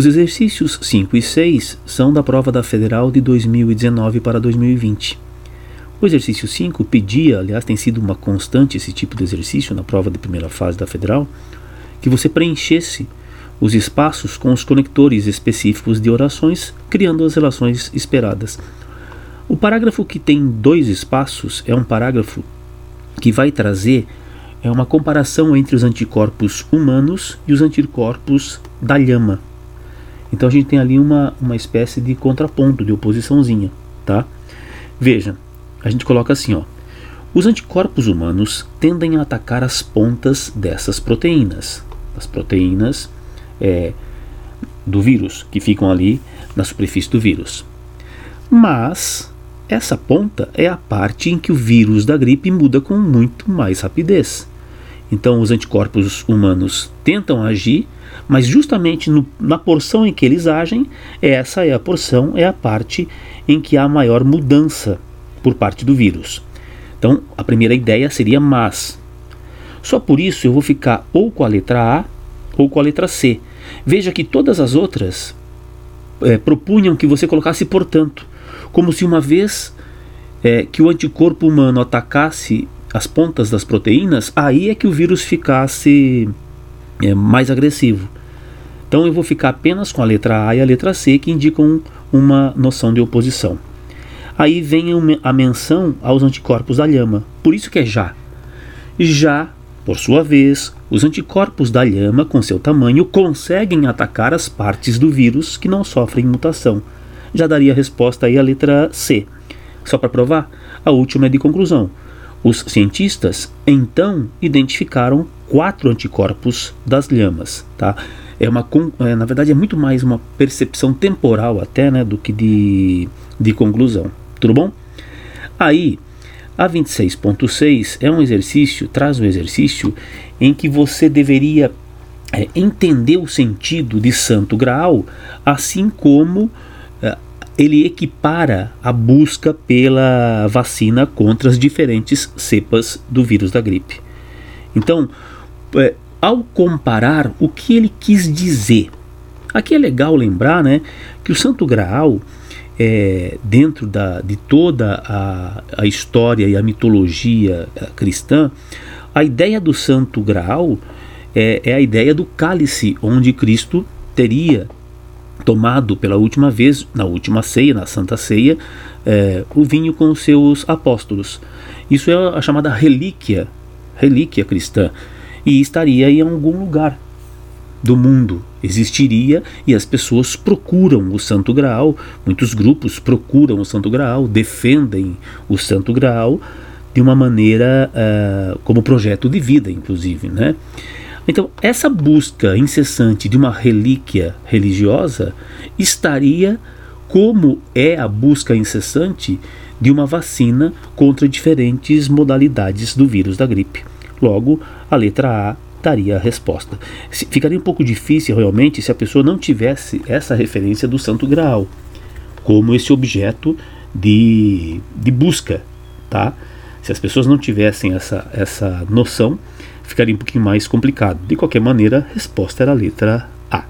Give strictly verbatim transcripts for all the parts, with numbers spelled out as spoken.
Os exercícios cinco e seis são da prova da Federal de dois mil e dezenove para dois mil e vinte. O exercício cinco pedia, aliás, tem sido uma constante esse tipo de exercício na prova de primeira fase da Federal, que você preenchesse os espaços com os conectores específicos de orações, criando as relações esperadas. O parágrafo que tem dois espaços é um parágrafo que vai trazer é uma comparação entre os anticorpos humanos e os anticorpos da lhama. Então a gente tem ali uma, uma espécie de contraponto, de oposiçãozinha, tá? Veja, a gente coloca assim, ó. Os anticorpos humanos tendem a atacar as pontas dessas proteínas, as proteínas é, do vírus, que ficam ali na superfície do vírus. Mas essa ponta é a parte em que o vírus da gripe muda com muito mais rapidez. Então os anticorpos humanos tentam agir, mas justamente no, na porção em que eles agem, essa é a porção, é a parte em que há maior mudança por parte do vírus. Então a primeira ideia seria mas. Só por isso eu vou ficar ou com a letra A ou com a letra C. Veja que todas as outras é, propunham que você colocasse portanto, como se uma vez é, que o anticorpo humano atacasse as pontas das proteínas, aí é que o vírus ficasse é, mais agressivo. Então eu vou ficar apenas com a letra A e a letra C, que indicam uma noção de oposição. Aí vem a menção aos anticorpos da lhama, por isso que é já. Já, por sua vez, os anticorpos da lhama, com seu tamanho, conseguem atacar as partes do vírus que não sofrem mutação. Já daria a resposta aí a letra C. Só para provar, a última é de conclusão. Os cientistas, então, identificaram quatro anticorpos das lhamas, tá? É uma, é, na verdade, é muito mais uma percepção temporal até, né, do que de, de conclusão. Tudo bom? Aí, a vinte e seis ponto seis é um exercício, traz um exercício em que você deveria é, entender o sentido de Santo Graal, assim como é, ele equipara a busca pela vacina contra as diferentes cepas do vírus da gripe. Então, é, ao comparar o que ele quis dizer, aqui é legal lembrar, né, que o Santo Graal, é, dentro da, de toda a, a história e a mitologia cristã, a ideia do Santo Graal é, é a ideia do cálice onde Cristo teria tomado pela última vez, na última ceia, na Santa Ceia, é, o vinho com os seus apóstolos. Isso é a chamada relíquia, relíquia cristã, e estaria em algum lugar do mundo, existiria, e as pessoas procuram o Santo Graal, muitos grupos procuram o Santo Graal, defendem o Santo Graal de uma maneira uh, como projeto de vida, inclusive, né? Então, essa busca incessante de uma relíquia religiosa estaria como é a busca incessante de uma vacina contra diferentes modalidades do vírus da gripe. Logo, a letra A daria a resposta. Ficaria um pouco difícil realmente se a pessoa não tivesse essa referência do Santo Graal como esse objeto de, de busca, tá? Se as pessoas não tivessem essa, essa noção, ficaria um pouquinho mais complicado. De qualquer maneira, a resposta era a letra A.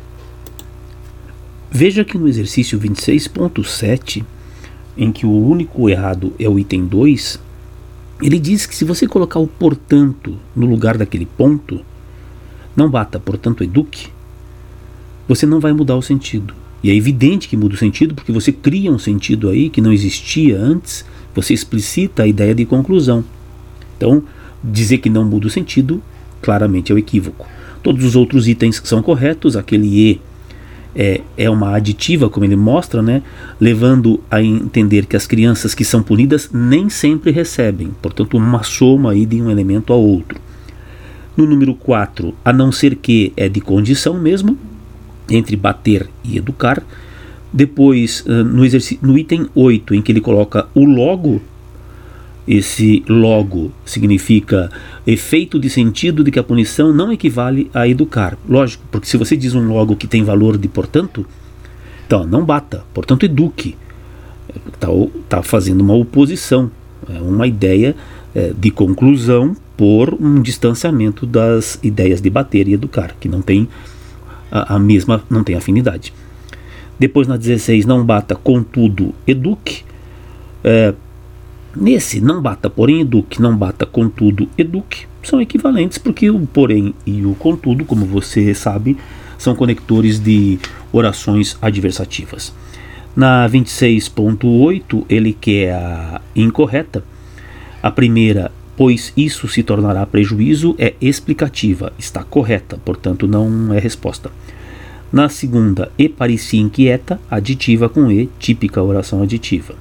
Veja que no exercício vinte e seis ponto sete, em que o único errado é o item dois, ele diz que se você colocar o portanto no lugar daquele ponto, não bata, portanto eduque, você não vai mudar o sentido. E é evidente que muda o sentido, porque você cria um sentido aí que não existia antes, você explicita a ideia de conclusão. Então, dizer que não muda o sentido, claramente é o equívoco. Todos os outros itens são corretos, aquele E é, é uma aditiva, como ele mostra, né, levando a entender que as crianças que são punidas nem sempre recebem, portanto uma soma aí de um elemento a outro. No número quatro, a não ser que é de condição mesmo, entre bater e educar. Depois, no, no item oito, em que ele coloca o logo, esse logo significa efeito de sentido de que a punição não equivale a educar. Lógico, porque se você diz um logo que tem valor de portanto, então não bata, portanto eduque. Está tá fazendo uma oposição, é uma ideia é, de conclusão por um distanciamento das ideias de bater e educar, que não tem a, a mesma, não tem afinidade. Depois na dezesseis, não bata, contudo, eduque. É, nesse não bata, porém, eduque, não bata, contudo, eduque, são equivalentes, porque o porém e o contudo, como você sabe, são conectores de orações adversativas. Na vinte e seis ponto oito, ele quer a incorreta. A primeira, pois isso se tornará prejuízo, é explicativa, está correta, portanto não é resposta. Na segunda, e parecia inquieta, aditiva com e, típica oração aditiva.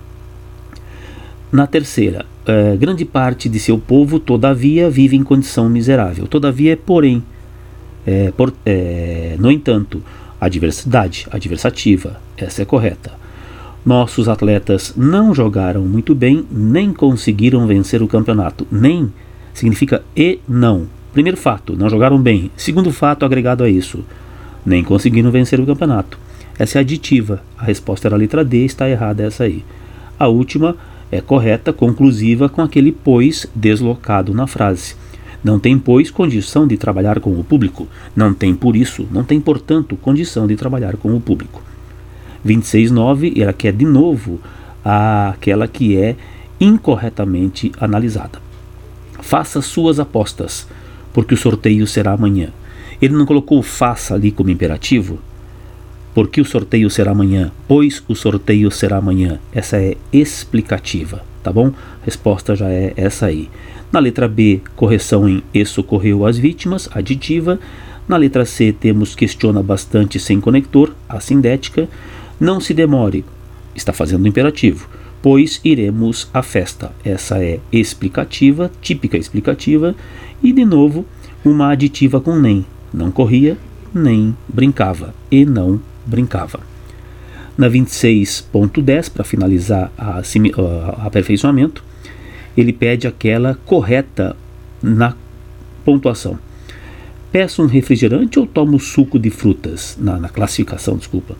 Na terceira, é, grande parte de seu povo, todavia, vive em condição miserável. Todavia é porém, é, por, é, no entanto, adversidade, adversativa, essa é correta. Nossos atletas não jogaram muito bem, nem conseguiram vencer o campeonato. Nem significa e não. Primeiro fato, não jogaram bem. Segundo fato, agregado a isso, nem conseguiram vencer o campeonato. Essa é aditiva. A resposta era a letra D, está errada essa aí. A última é correta, conclusiva, com aquele pois deslocado na frase. Não tem, pois, condição de trabalhar com o público. Não tem, por isso, não tem, portanto, condição de trabalhar com o público. vinte e seis ponto nove, ela quer de novo aquela que é incorretamente analisada. Faça suas apostas, porque o sorteio será amanhã. Ele não colocou faça ali como imperativo, porque o sorteio será amanhã, pois o sorteio será amanhã. Essa é explicativa, tá bom? A resposta já é essa aí. Na letra B, correção em e socorreu as vítimas, aditiva. Na letra C, temos questiona bastante sem conector, assindética. Não se demore, está fazendo o imperativo, pois iremos à festa. Essa é explicativa, típica explicativa. E de novo, uma aditiva com nem. Não corria, nem brincava. E não brincava. Na vinte e seis ponto dez, para finalizar a, a, a aperfeiçoamento, ele pede aquela correta na pontuação. Peço um refrigerante ou tomo suco de frutas? Na, na classificação, desculpa.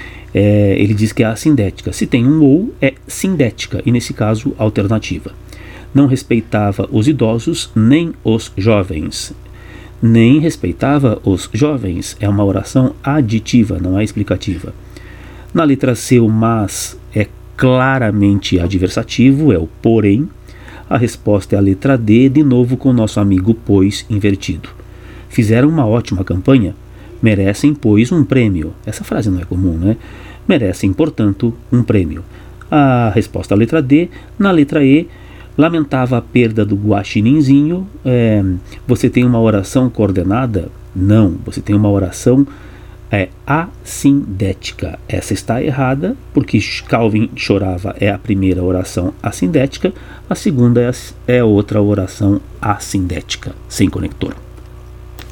É, ele diz que é assindética. Se tem um ou, é sindética, e nesse caso, alternativa. Não respeitava os idosos, nem os jovens. Nem respeitava os jovens. É uma oração aditiva, não é explicativa. Na letra C, o mas é claramente adversativo, é o porém. A resposta é a letra D, de novo com o nosso amigo pois invertido. Fizeram uma ótima campanha, merecem, pois, um prêmio. Essa frase não é comum, né? Merecem, portanto, um prêmio. A resposta é a letra D. Na letra E, lamentava a perda do guaxininzinho. É, você tem uma oração coordenada? Não, você tem uma oração é, assindética. Essa está errada, porque Calvin chorava é a primeira oração assindética, a segunda é, é outra oração assindética, sem conector.